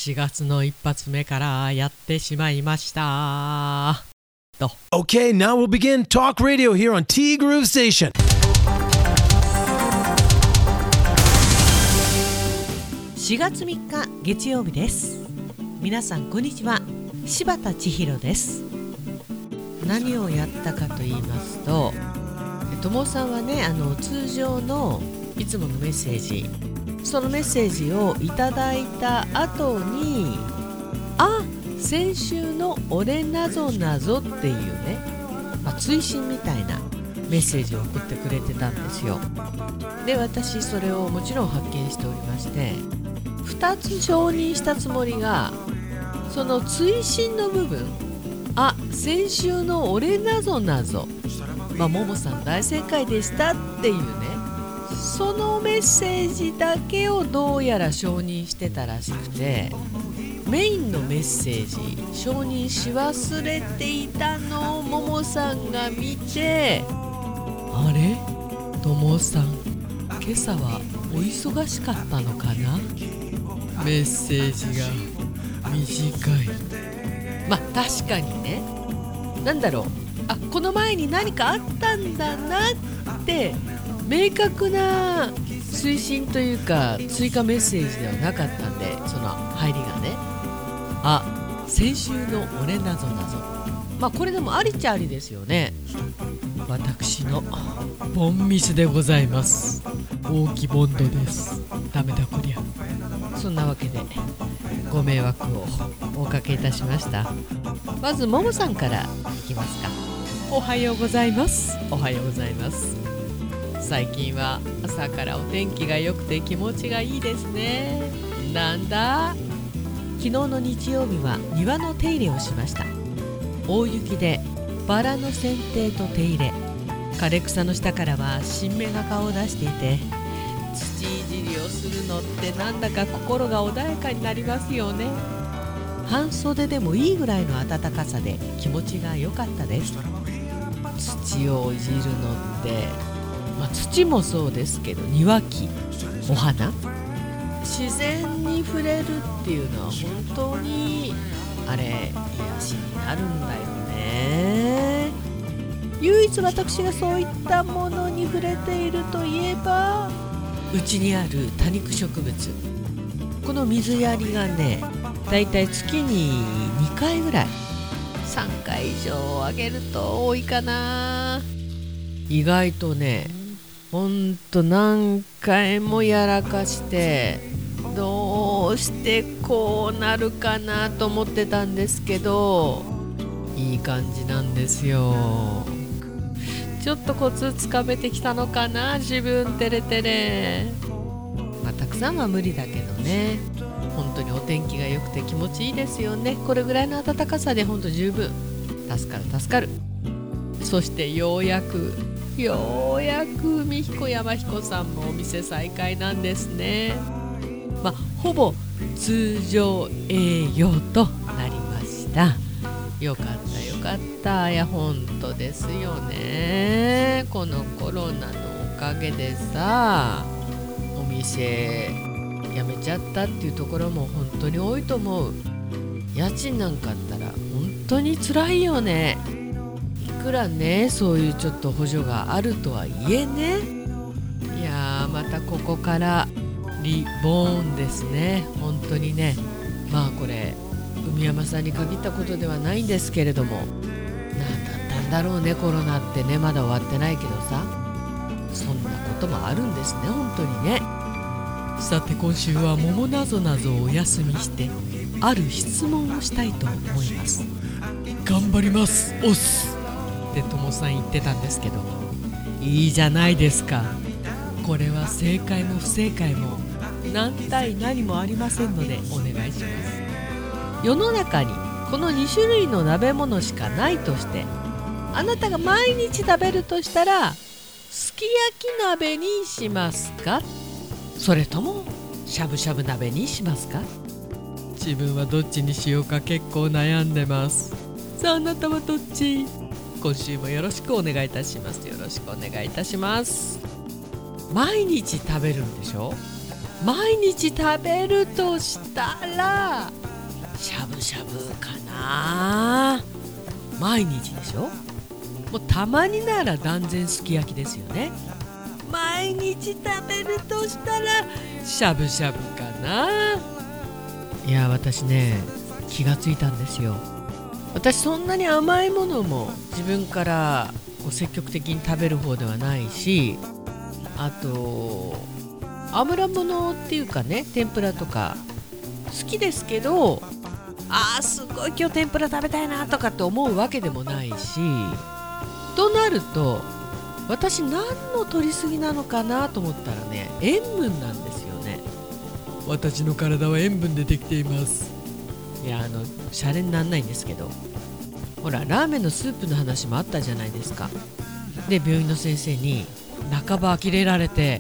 4月の一発目からやってしまいましたと。 Okay, now we'll begin Talk Radio here on T Groove Station. 4月3日月曜日です。皆さんこんにちは、柴田千尋です。何をやったかと言いますと、友さんはね、通常のいつものメッセージ、そのメッセージをいただいた後に、先週の俺なぞなぞっていうね、追伸みたいなメッセージを送ってくれてたんですよ。で、私それをもちろん発見しておりまして、2つ承認したつもりが、その追伸の部分、先週の俺なぞなぞ、ももさん大正解でしたっていうね、そのメッセージだけをどうやら承認してたらしくて、メインのメッセージ承認し忘れていたのをももさんが見て、あれ、ともさん今朝はお忙しかったのかな、メッセージが短い。確かにね、この前に何かあったんだなって明確な推進というか追加メッセージではなかったんで、その入りがね、先週の俺なぞなぞ、これでもありっちゃありですよね。私のボンミスでございます。大きボンドです。ダメだこりゃ。そんなわけでご迷惑をおかけいたしました。まずももさんからいきますか。おはようございます。おはようございます。最近は朝からお天気が良くて気持ちがいいですね。なんだ、昨日の日曜日は庭の手入れをしました。大雪でバラの剪定と手入れ、枯れ草の下からは新芽が顔を出していて、土いじりをするのってなんだか心が穏やかになりますよね。半袖でもいいぐらいの暖かさで気持ちが良かったです。土をいじるのって、土もそうですけど、庭木、お花、自然に触れるっていうのは本当にあれ癒しになるんだよね。唯一私がそういったものに触れているといえば、うちにある多肉植物、この水やりがね、だいたい月に2回ぐらい、3回以上あげると多いかな。意外とね、ほんと何回もやらかして、どうしてこうなるかなと思ってたんですけど、いい感じなんですよ。ちょっとコツつかめてきたのかな、自分てれてれ。たくさんは無理だけどね、本当にお天気が良くて気持ちいいですよね。これぐらいの暖かさで本当十分助かる。そしてようやく海彦山彦さんもお店再開なんですね。ほぼ通常営業となりました。よかった。いや本当ですよね。このコロナのおかげでさ、お店辞めちゃったっていうところも本当に多いと思う。家賃なんかあったら本当に辛いよね。いくらね、そういうちょっと補助があるとはいえね。いやまたここからリボーンですね。本当にね、これ海山さんに限ったことではないんですけれども、何だったんだろうね、コロナってね。まだ終わってないけどさ、そんなこともあるんですね、本当にね。さて今週は桃なぞなぞをお休みして、ある質問をしたいと思います。頑張ります、おっすってともさん言ってたんですけど、いいじゃないですか。これは正解も不正解も何対何もありませんのでお願いします。世の中にこの2種類の鍋物しかないとして、あなたが毎日食べるとしたら、すき焼き鍋にしますか、それともしゃぶしゃぶ鍋にしますか。自分はどっちにしようか結構悩んでます。さあ、あなたはどっち？今週もよろしくお願いいたします。よろしくお願いいたします。毎日食べるんでしょ？ 毎日食べるとしたらしゃぶしゃぶかな。毎日でしょ。もうたまになら断然すき焼きですよね。毎日食べるとしたらしゃぶしゃぶかな。いや私ね気がついたんですよ。私そんなに甘いものも自分から積極的に食べる方ではないし、あと油物っていうかね、天ぷらとか好きですけど、すごい今日天ぷら食べたいなとかって思うわけでもないし、となると私何の取りすぎなのかなと思ったらね、塩分なんですよね。私の体は塩分でできています。いやシャレになんないんですけど、ほらラーメンのスープの話もあったじゃないですか。で病院の先生に半ば呆れられて、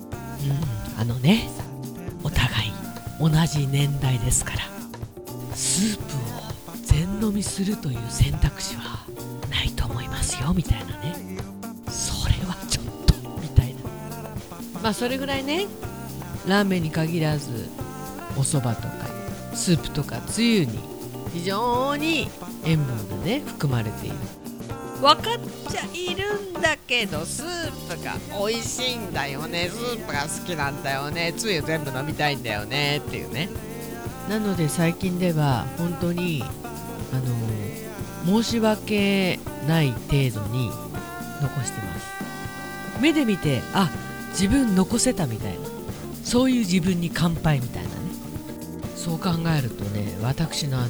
お互い同じ年代ですからスープを全飲みするという選択肢はないと思いますよみたいなね。それはちょっとみたいな。それぐらいね、ラーメンに限らずお蕎麦とかスープとかつゆに非常に塩分がね含まれている。分かっちゃいるんだけどスープが美味しいんだよね、スープが好きなんだよね、つゆ全部飲みたいんだよねっていうね。なので最近では本当に申し訳ない程度に残してます。目で見て自分残せたみたいな、そういう自分に乾杯みたいなね。そう考えるとね、私の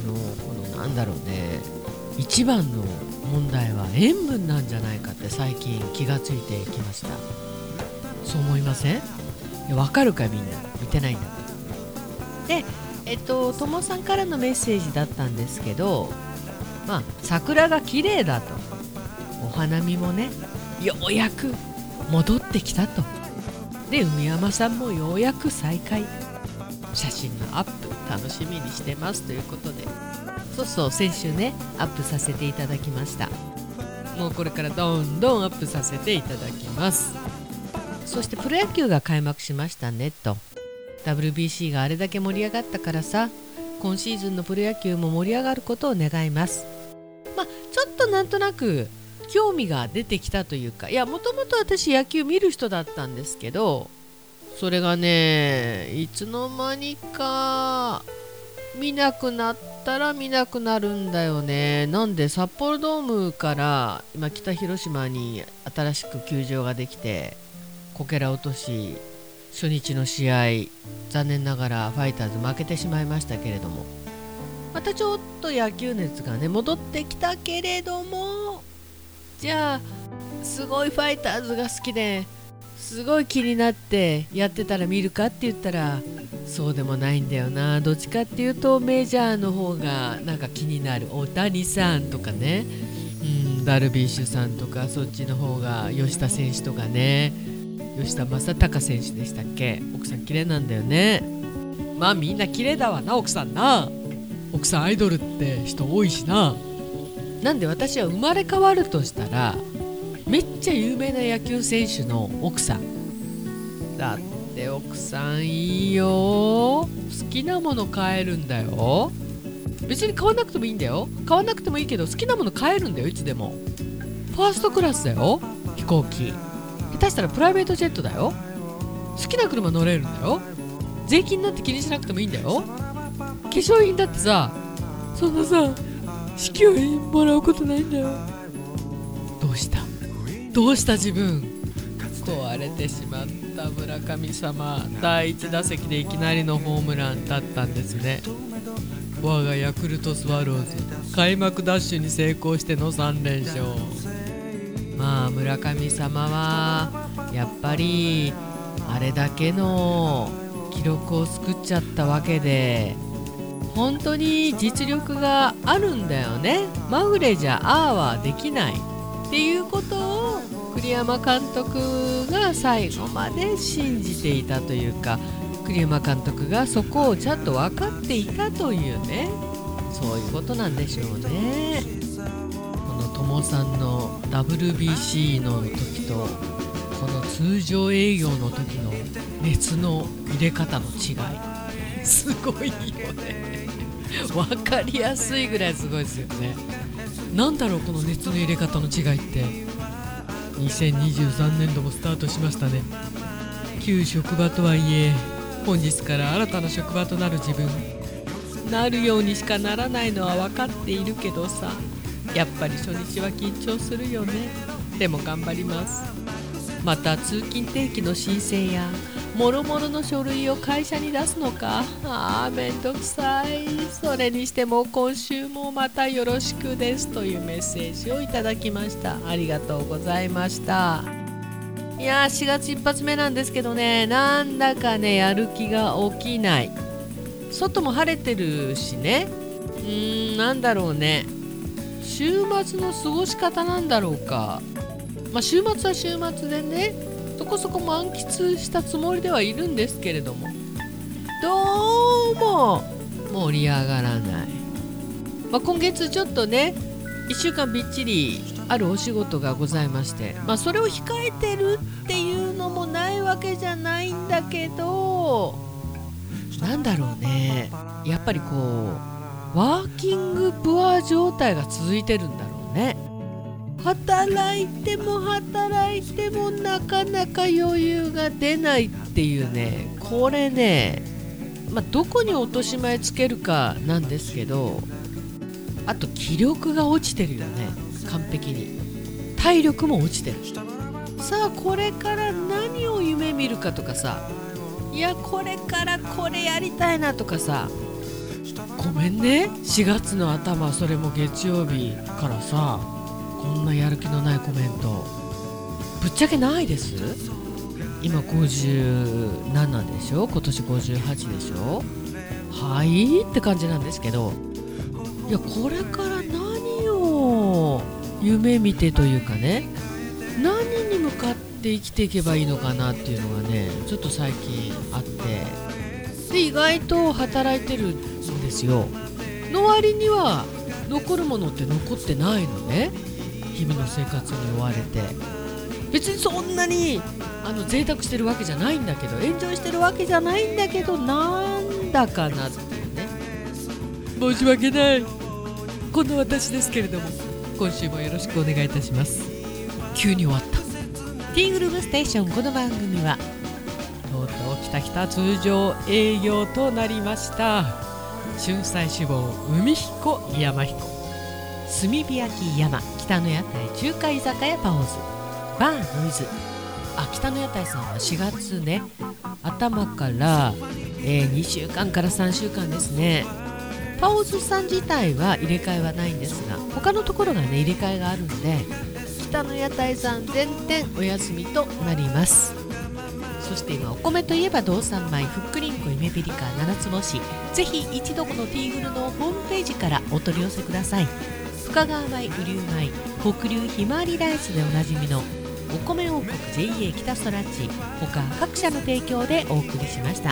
一番の問題は塩分なんじゃないかって最近気がついてきました。そう思いません？わかるかみんな、見てないんだから。で、ともさんからのメッセージだったんですけど、桜が綺麗だと、お花見もねようやく戻ってきたと。で海山さんもようやく再開、写真のアップ楽しみにしてますということで、そう先週ねアップさせていただきました。もうこれからどんどんアップさせていただきます。そしてプロ野球が開幕しましたねと。 WBC があれだけ盛り上がったからさ、今シーズンのプロ野球も盛り上がることを願います。ちょっとなんとなく興味が出てきたというか、もともと私野球見る人だったんですけど、それがねいつの間にか見なくなったら見なくなるんだよね。なんで札幌ドームから今北広島に新しく球場ができて、こけら落とし初日の試合残念ながらファイターズ負けてしまいましたけれども、またちょっと野球熱がね戻ってきたけれども、じゃあすごいファイターズが好きですごい気になってやってたら見るかって言ったらそうでもないんだよな。どっちかっていうとメジャーの方がなんか気になる。大谷さんとかね、ダルビッシュさんとか、そっちの方が吉田選手とかね、吉田正尚選手でしたっけ。奥さん綺麗なんだよね。みんな綺麗だわな、奥さんな。奥さんアイドルって人多いしな。なんで私は生まれ変わるとしたらめっちゃ有名な野球選手の奥さんだって。奥さんいいよ。好きなもの買えるんだよ。別に買わなくてもいいんだよ。買わなくてもいいけど好きなもの買えるんだよ、いつでも。ファーストクラスだよ、飛行機。下手したらプライベートジェットだよ。好きな車乗れるんだよ。税金なんて気にしなくてもいいんだよ。化粧品だってさ、そんなさ試供品もらうことないんだよ。どうした自分。壊れてしまった村神様。第1打席でいきなりのホームランだったんですね。我がヤクルトスワローズ開幕ダッシュに成功しての3連勝。村神様はやっぱりあれだけの記録を作っちゃったわけで、本当に実力があるんだよね。まぐれじゃはできないっていうことを栗山監督が最後まで信じていたというか、栗山監督がそこをちゃんと分かっていたというね、そういうことなんでしょうね。この友さんの WBC の時とこの通常営業の時の熱の入れ方の違いすごいよね分かりやすいぐらいすごいですよね。なんだろうこの熱の入れ方の違いって。2023年度もスタートしましたね。旧職場とはいえ本日から新たな職場となる自分、なるようにしかならないのは分かっているけどさ、やっぱり初日は緊張するよね。でも頑張ります。また通勤定期の申請やもろもろの書類を会社に出すのか。めんどくさい。それにしても今週もまたよろしくですというメッセージをいただきました。ありがとうございました。いやー4月一発目なんですけどね、なんだかねやる気が起きない。外も晴れてるしね、なんだろうね、週末の過ごし方なんだろうか。週末は週末でねそこそこ満喫したつもりではいるんですけれども、どうも盛り上がらない。今月ちょっとね1週間びっちりあるお仕事がございまして、それを控えてるっていうのもないわけじゃないんだけど、なんだろうね、やっぱりこうワーキングプア状態が続いてるんだろうね。働いてもなかなか余裕が出ないっていうね、これね、どこに落とし前つけるかなんですけど、あと気力が落ちてるよね。完璧に体力も落ちてる。さあこれから何を夢見るかとかさ、いやこれからこれやりたいなとかさ、ごめんね4月の頭、それも月曜日からさこんなやる気のないコメントぶっちゃけないです。今57でしょ、今年58でしょ、はいって感じなんですけど、いやこれから何を夢見てというかね、何に向かって生きていけばいいのかなっていうのがねちょっと最近あって、で意外と働いてるんですよ。の割には残るものって残ってないのね。日々の生活に追われて別にそんなに贅沢してるわけじゃないんだけど、エンジョイしてるわけじゃないんだけど、なんだかなっていうね。申し訳ない、こんな私ですけれども、今週もよろしくお願いいたします。急に終わった。ティーグルームステーション、この番組はとうとうきた通常営業となりました。春菜志望海彦山彦、炭火焼き山、北の屋台中華居酒屋パオズ、バーノイズ。北の屋台さんは4月ね頭から、2週間から3週間ですね。パオズさん自体は入れ替えはないんですが、他のところがね入れ替えがあるので、北の屋台さん全店お休みとなります。そして今お米といえば道産米、ふっくりんこ、ゆめぴりか、七つ星、ぜひ一度このティーグルのホームページからお取り寄せください。深川米、雨竜米、北流ひまわりライスでおなじみのお米王国 JA 北そらち、他各社の提供でお送りしました。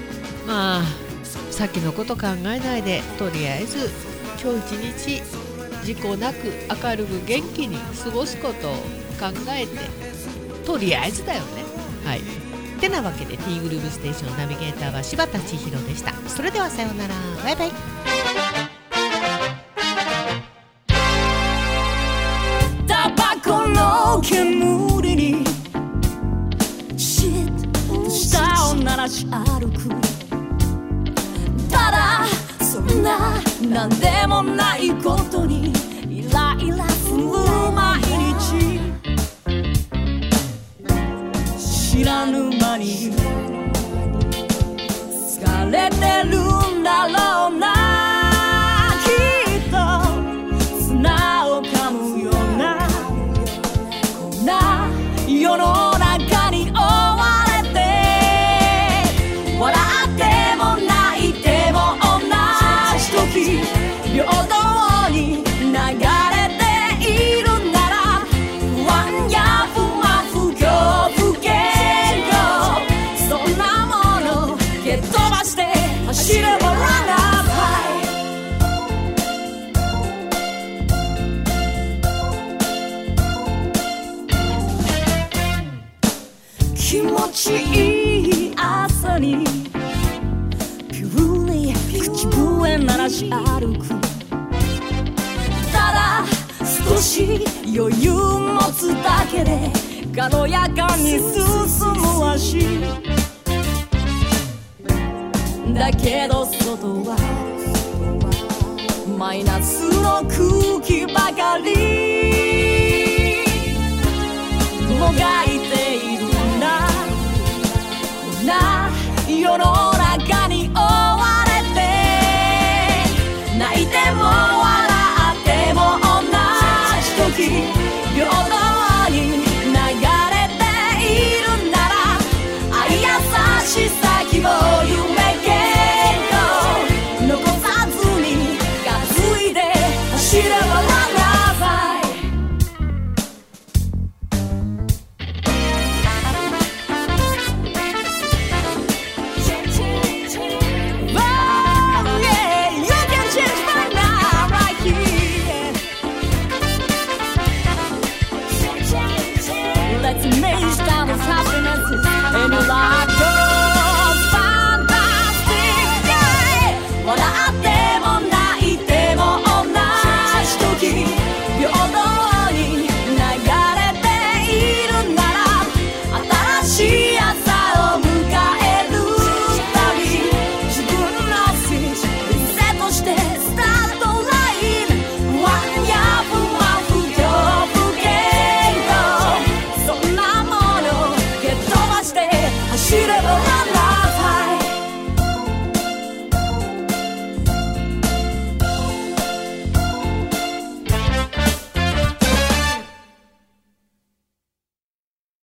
先のこと考えないで、とりあえず今日一日事故なく明るく元気に過ごすことを考えて、とりあえずだよね。はいてなわけで、ティーグルーブステーションナビゲーターは柴田千尋でした。それではさようなら、バイバイ。 タバコの煙にシッと舌を鳴らし歩く、ただそんななんでもないことにイライラする毎日、知らぬ間に疲れてるんだろうな。きっと砂を噛むようなこんな世の中に追われて、笑っても泣いても同じ時平等に流れているなら、不安や不満、不況不景気、そんなもの蹴っ飛ばして走ればランナーし歩く。ただ少し余裕持つだけで軽やかに進む足だけど外はマイナスの空気ばかり。もが